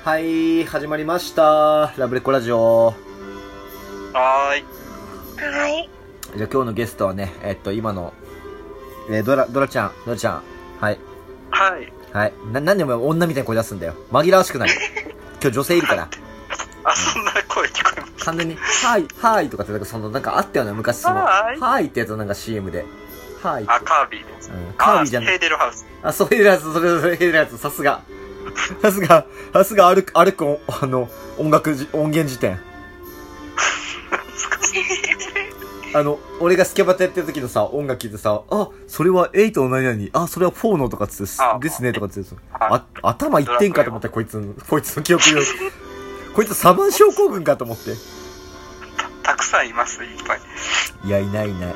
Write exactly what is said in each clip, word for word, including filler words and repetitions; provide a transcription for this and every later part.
はい、始まりました。ラブレコラジオ。 はーい。 はい。 じゃあ今日のゲストはね、えっと、今の、えー、ドラ、ドラちゃん、ドラちゃん。はい。 はい。 はい。な、なんでお前女みたいな声出すんだよ。紛らわしくない。今日女性いるから。 あ、そんな声聞こえます。 完全に、はい、はいとかって、なんかその、なんかあったよね、昔その、 はーいはいってやつのなんか シーエム で。はいって。 あ、カービィです。 うん、カービィじゃん。 ヘーデルハウス。 あ、そういうやつ、それ、それ、ヘーデルやつ、さすが。さすが、さすが歩く、歩く、あの、音楽じ、音源辞典。あの、俺がスケバタやってる時のさ、音楽聴いてさ、あ、それはエイトの何々、あ、それはフォーのとかつって、ですねとかつって、あ、頭いってんかと思ったこいつの、こいつの記憶力。こいつサバン症候群かと思って。 た、たくさんいます、いっぱい。 いや、いないいない。はい、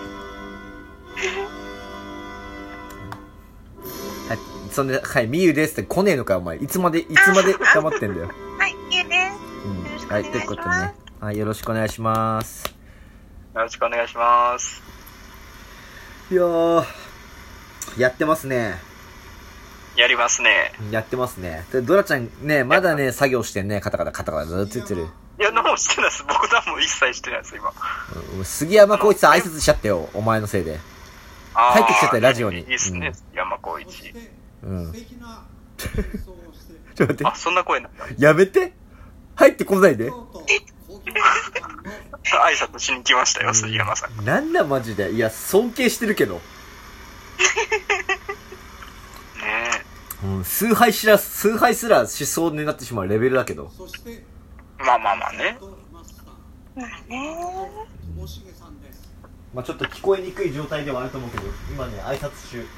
そんで、はい、みゆですって来ねえのかよ、お前。いつまで、いつまで黙ってんだよ。 はい、みゆです。 うん。はい、ということでね。はい、よろしくお願いします。 よろしくお願いします。 いやー、やってますね。 やりますね。 やってますね。でドラちゃんね、まだね、作業してんね。カタカタカタカタずっと言ってる。 いや、何もしてないです。僕何も一切してないです、今。 うん、杉山浩一さん挨拶しちゃってよ。お前のせいで。帰ってきちゃったよ、ラジオに。 いいっすね、うん、山浩一。 うん。ちょっと待って。 あ、そんな声なんだ。 やめて。入ってこないで。 挨拶しに来ましたよ、杉山さん。 なんだマジで。いや、尊敬してるけど。ねえ。 うん、崇拝しら、崇拝すらしそうになってしまうレベルだけど。 まあまあまあね。 まあね。 まあちょっと聞こえにくい状態ではあると思うけど、今ね、挨拶中。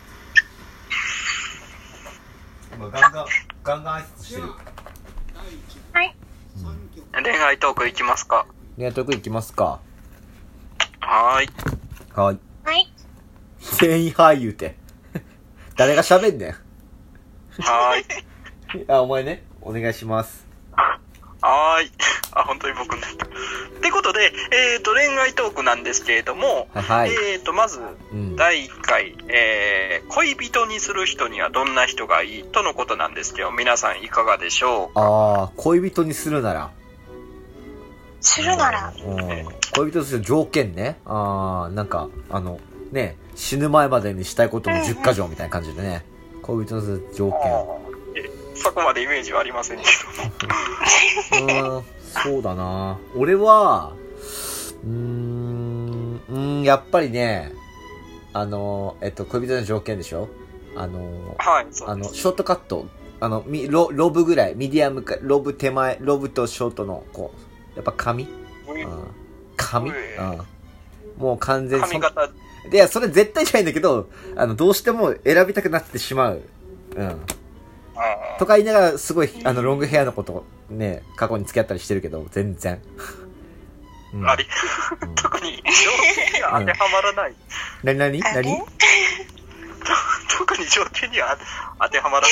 今ガンガン、ガンガン挨拶してる。 はい。 うん、恋愛トークいきますか。 恋愛トークいきますか。 はーい。 はーい。 はい。 全員はーい言うて。誰が喋んねん。 はーい。 あ、お前ね、お願いします。 はーい。あ、本当に僕になった。ってことで、えっ、ー、と、恋愛トークなんですけれども、 はい、 えっ、ー、と、まず、だいいっかい、うん、えー、恋人にする人にはどんな人がいいとのことなんですけど、皆さんいかがでしょうか？ ああ、恋人にするなら。 するなら。 うん。恋人とする条件ね。ああ、なんか、あの、ね、死ぬ前までにしたいことのじゅっか条みたいな感じでね。恋人とする条件。 そこまでイメージはありませんけども。うん、そうだな。俺は、うーん、うん、やっぱりね、あの、えっと、恋人の条件でしょ？あの、 はい、 あの、ショートカット、あの、ロ、ロブぐらい、ミディアムか、ロブ手前、ロブとショートの、こう、やっぱ髪？うん。髪？うん。もう完全に。 髪型。 いや、それ絶対じゃないんだけど、あの、どうしても選びたくなってしまう。うん。とか言いながら、すごい、あの、ロングヘアのこと、ね、過去に付き合ったりしてるけど、全然。 うん、あり、うん、特に、条件には当てはまらない。 なになになに特に条件には当てはまらない。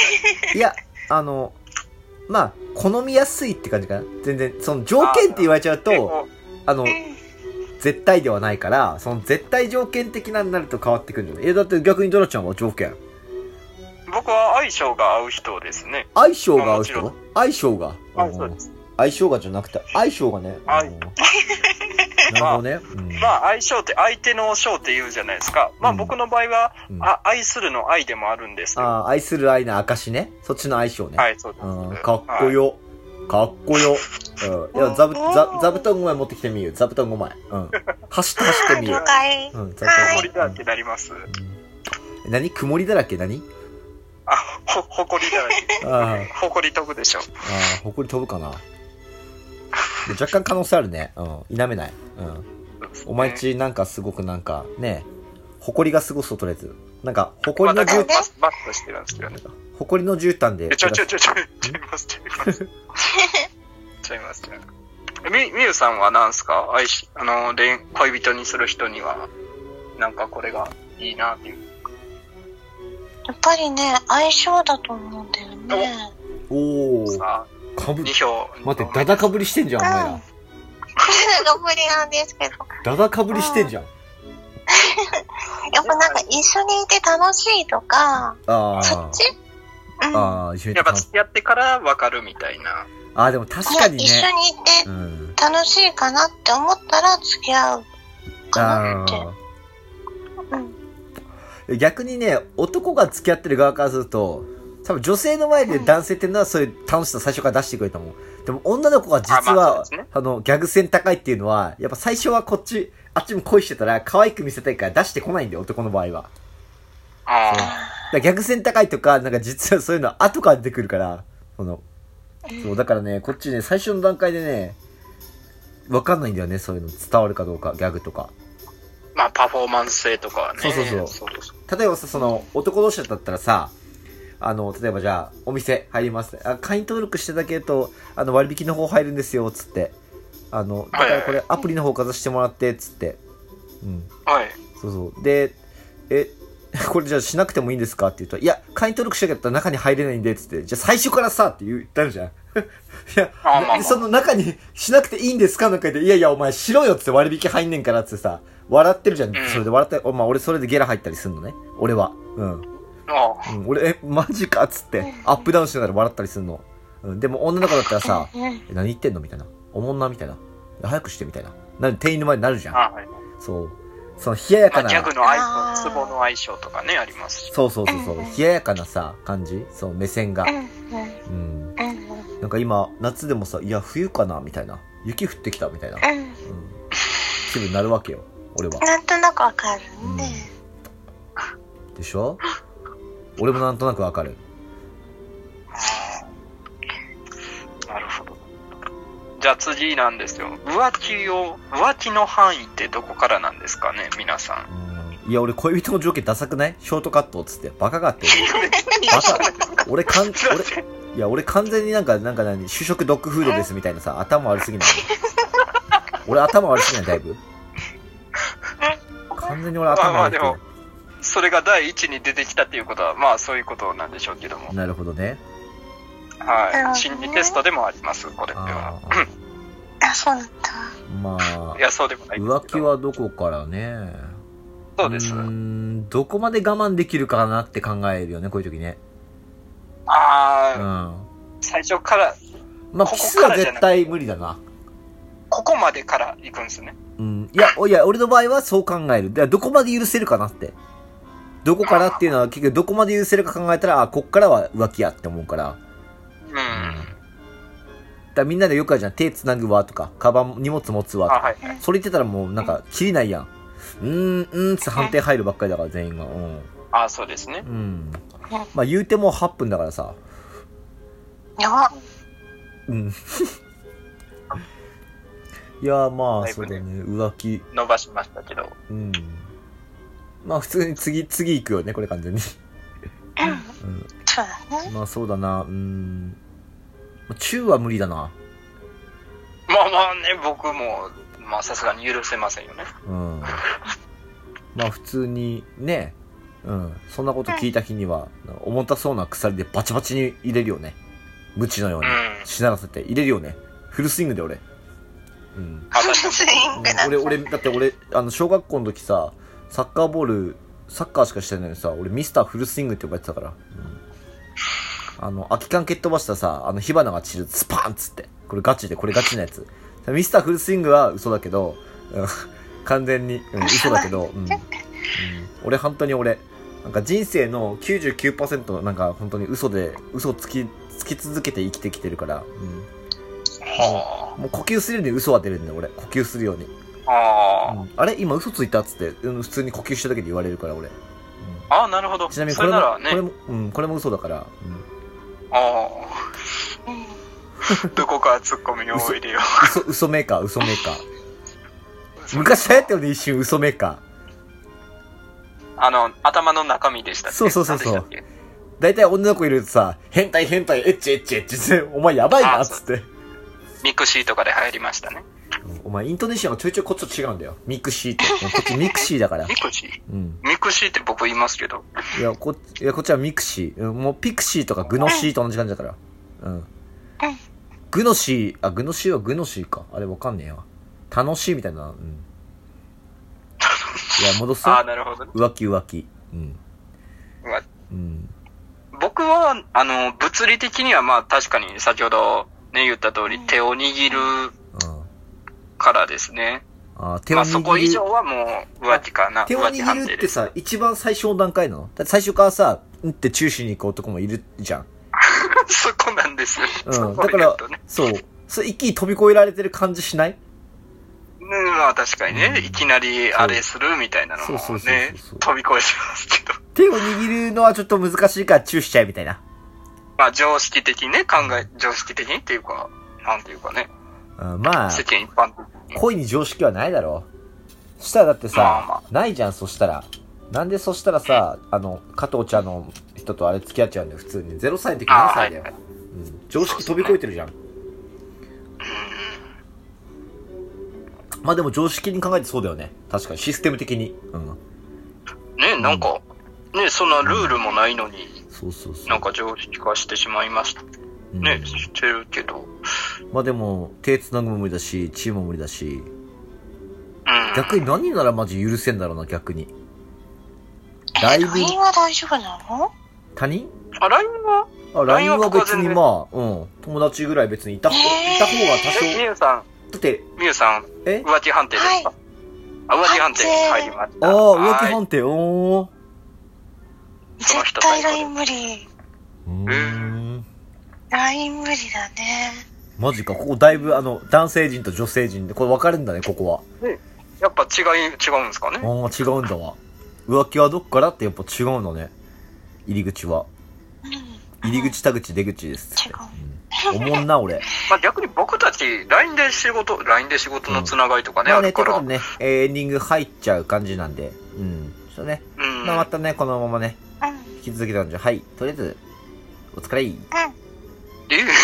いや、あの、まあ、好みやすいって感じかな。全然、その条件って言われちゃうと、あの、絶対ではないから、その絶対条件的なになると変わってくるんじゃない？え、だって逆にドラちゃんは条件。 僕は相性が合う人ですね。 相性が合う人？相性が。 あ、そうです。 相性がじゃなくて、相性がね。 あなるほどね。うん、 まあ、相性って相手の性って言うじゃないですか。まあ、僕の場合は、うん、あ、愛するの愛でもあるんですよ。 ああ、愛する愛の証ね。そっちの相性ね。 はい、そうです。 うん、かっこよ。はい、かっこよ。うん。いや、座布、座、座布団ごまい持ってきてみよう。座布団ごまい。うん。走って走ってみよう。 了解。 うん、 座布団曇りだらけになります。 うん、何？曇りだらけ？何？ あ、ほ、ほこりだらけ。ああ。ほこり飛ぶでしょ。ああ、ほこり飛ぶかな。若干可能性あるね。うん。否めない。うん。お前んちなんかすごくなんか、ね、ほこりがすごそうとりあえず。なんか、ほこりの絨毯。 バッとしてるんですけどね。 ほこりの絨毯で。 ちょちょちょちょ、ちゃいます、ちゃいます。ちゃいます、ちゃいます。み、みゆさんは何すか？愛し、あの、恋、恋人にする人には、なんかこれがいいなっていう。 やっぱりね、相性だと思うんだよね。 おー。 さあ、 かぶ、 に票。 待って、ダダかぶりしてんじゃん、お前ら。 ダダかぶりなんですけど。 ダダかぶりしてんじゃん。 やっぱなんか一緒にいて楽しいとか、 あそっちああ、一緒にいやてっぱ付き合ってから分かるみたいな。 ああ、でも確かにね。 いや、一緒にいてうん。 楽しいかなって思ったら付き合うかなって。 あうん。 あ。逆にね、男が付き合ってる側からすると、多分女性の前で男性っていうのはそういう楽しさ最初から出してくれたもん。でも女の子が実あまあは、 そうですねあの、ギャグ線高いっていうのは、やっぱ最初はこっち、あっちも恋してたら可愛く見せたいから出してこないんだよ、男の場合は。 あだからギャグ線高いとか、なんか実はそういうのは後から出てくるから、その、そう、だからね、こっちね、最初の段階でね、わかんないんだよね、そういうの伝わるかどうか、ギャグとか。 まあ、パフォーマンス性とかはね。 そうそうそうそうそう例えばさ、その、男同士だったらさ、あの、例えばじゃあ、お店入ります。あ、会員登録していただけると、あの、割引の方入るんですよ、つって。あの、だからこれ、アプリの方かざしてもらって、つって。うん。 はい。 そうそう。で、え、これじゃあしなくてもいいんですかって言うと、いや、会員登録しなかったら中に入れないんで、つって。じゃあ最初からさ、って言ったじゃん。いや、 あまあまあその中にしなくていいんですかなんか言って、いやいや、お前しろよ、つって割引入んねんから、つってさ、笑ってるじゃん。それで笑って、おまあ俺それでゲラ入ったりすんのね。俺は。うん。 ああ。 うん、俺、え、マジかっつって、アップダウンしながら笑ったりするの。うん、でも女の子だったらさ、え、何言ってんのみたいな。おもんなみたいな。早くしてみたいな。なに、店員の前になるじゃん。 あはい。 そう。その冷ややかな。 まあギャグの相性、ツボの相性とかね、ありますし。 そうそうそうそう。冷ややかなさ、感じそう、目線が。 うんうんうん。 うんなんか今、夏でもさ、いや、冬かなみたいな。雪降ってきたみたいな。 うん。 うん。気分になるわけよ。俺は。 なんとなくわかるね。 でしょ俺もなんとなくわかる。 なるほど。じゃあ次なんですよ。浮気を、浮気の範囲ってどこからなんですかね、皆さん。 うん。いや、俺恋人の条件ダサくないショートカットっつって。バカがって。バカ。俺かん、俺、いや、俺完全になんか、なんか何、主食ドッグフードですみたいなさ、頭悪すぎない俺頭悪すぎないだいぶ完全に俺頭悪すぎない。 まあまあでも、それが第一に出てきたっていうことは、まあそういうことなんでしょうけども。 なるほどね。 はい。心理テストでもあります、これでは。 あ、そうだった。 まあ、 いや、そうでもないですけど。 浮気はどこからね。 そうです。 うーん、どこまで我慢できるかなって考えるよね、こういう時ね。うああ、 ん。 最初から、 まあ、 ここキスは絶対無理だな。 ここまでから行くんですね。 うん。いや、おいや、俺の場合はそう考える。では、どこまで許せるかなって。どこからっていうのは、結局どこまで許せるか考えたら、あ、こっからは浮気やって思うから。 うん。 だからみんなでよくあるじゃん。手繋ぐわとか、カバン、荷物持つわとか。 あ、はい。 それ言ってたらもう、なんか、きりないやん。うーん、うーんって判定入るばっかりだから、全員が。うん。 あ、そうですね。 うん。まあ、言うてもはっぷんだからさ。 やば。 うん。いや、まあ、 だいぶねそうだね。浮気。 伸ばしましたけど。 うん。まあ、普通に次、次行くよね、これ完全に。うん。 そうだね。 まあ、そうだな。うん。チューは無理だな。 まあまあね、僕も、まあさすがに許せませんよね。 うん。まあ、普通に、ね。うん。そんなこと聞いた日には、重たそうな鎖でバチバチに入れるよね。無知のように。 うんしならせて入れるよね。フルスイングで俺。うん。 あ、確かスイングだ。 俺、俺、だって俺、あの、小学校の時さ、サッカーボール、サッカーしかしてないのにさ、俺ミスターフルスイングって呼ばれてたから。うん、あの、空き缶蹴っ飛ばしたさ、あの、火花が散る、スパーンっつって。これガチで、これガチなやつ。ミスターフルスイングは嘘だけど、うん、完全に、うん、嘘だけど、うん。うん、俺、本当に俺、なんか人生の きゅうじゅうきゅうパーセント なんか本当に嘘で、嘘つき、つき続けて生きてきてるから、うん。 はもう呼吸するように嘘は出るんだよ、俺。呼吸するように。 あ。あうん、あれ今嘘ついたっつって、うん、普通に呼吸しただけで言われるから、俺。うん、 あ。あ、なるほど。 ちなみにこれも、 それならね。 これも、うん、これも嘘だから、うん、 ああ。どこかツッコミを入れよ嘘、嘘メーカー、嘘メーカー。昔流行ったよね、一瞬、嘘メーカー。 あの、頭の中身でしたっけ。 そうそうそうそう何でしたっだいたい女の子いるとさ、変態変態、エッチエッチエッチって、お前やばいな、 あつって。 けミクシーとかで流行りましたね。 お前イントネーションがちょいちょいこっちと違うんだよ。ミクシーって。もうこっちミクシーだから。 ミクシーうん。 ミクシーって僕言いますけど。 いや、こっち、いや、こっちはミクシー。うん、もうピクシーとかグノシーと同じ感じだから。うん。グノシー、あ、グノシーはグノシーか。あれわかんねえわ。楽しいみたいな。うん。いや、戻すああ、なるほどね。 浮気浮気。うん。 うわうん。 僕は、あの、物理的にはまあ確かに先ほどね、言った通り手を握るからですね。 あ手を握る。 まあそこ以上はもう浮気かな。 手を握るってさ、一番最初の段階なの？だって最初からさ、うんってチューしに行く男もいるじゃん。 そこなんです。 うん。だから、ね、そう。それ一気に飛び越えられてる感じしない？ うん、まあ確かにね、うん、いきなりあれするみたいなのもね、飛び越えしますけど。 手を握るのはちょっと難しいからチューしちゃえみたいな。 まあ常識的にね、考え、常識的にっていうか、なんていうかね。 うん、まあ、 世間一般的に。 恋に常識はないだろう。そしたらだってさ、まあまあ、ないじゃん、そしたら。なんでそしたらさ、あの、加藤茶の人とあれ付き合っちゃうんだよ、普通に。ゼロさいの時何歳だよ。はいはい、うん。常識飛び越えてるじゃん。ね、まあでも常識に考えてそうだよね。確かに、システム的に。うん。 ね、なんか、うん、ね、そんなルールもないのに、 うん、そうそうそう。 なんか常識化してしまいました。うん、ね、してるけど。 まあでも、手繋ぐも無理だし、チームも無理だし。 うん。 逆に何ならマジ許せんだろうな、逆に。 ライブ。ラインは大丈夫なの？ 他人？ あ、ラインはあ、ライン は別にまあ、うん。友達ぐらい別にいた、えー、いた方が多少。 え、みゆさん。 だって、 みゆさん、え浮気判定ですか？はい、あ、浮気判定入りました。 ああ、浮気判定、おー。 絶対 ライン 無理。 うーん。 ライン 無理だね。 マジか、ここだいぶあの、男性陣と女性陣で、これ分かれるんだね、ここは。 え、やっぱ違い、違うんですかね？ ああ、違うんだわ。浮気はどっからってやっぱ違うんだね。入り口は。うん、入り口、田口、出口ですって。違う。うん、おもんな、俺。 まあ逆に僕たち、ライン で仕事、ライン で仕事のつながりとかね、うん、あるから。 まあね、ということでね、えー、エンディング入っちゃう感じなんで。うん。ちょっとね。うん。まあまたね、このままね、引き続きなんで、はい。とりあえず、お疲れ。うん。 え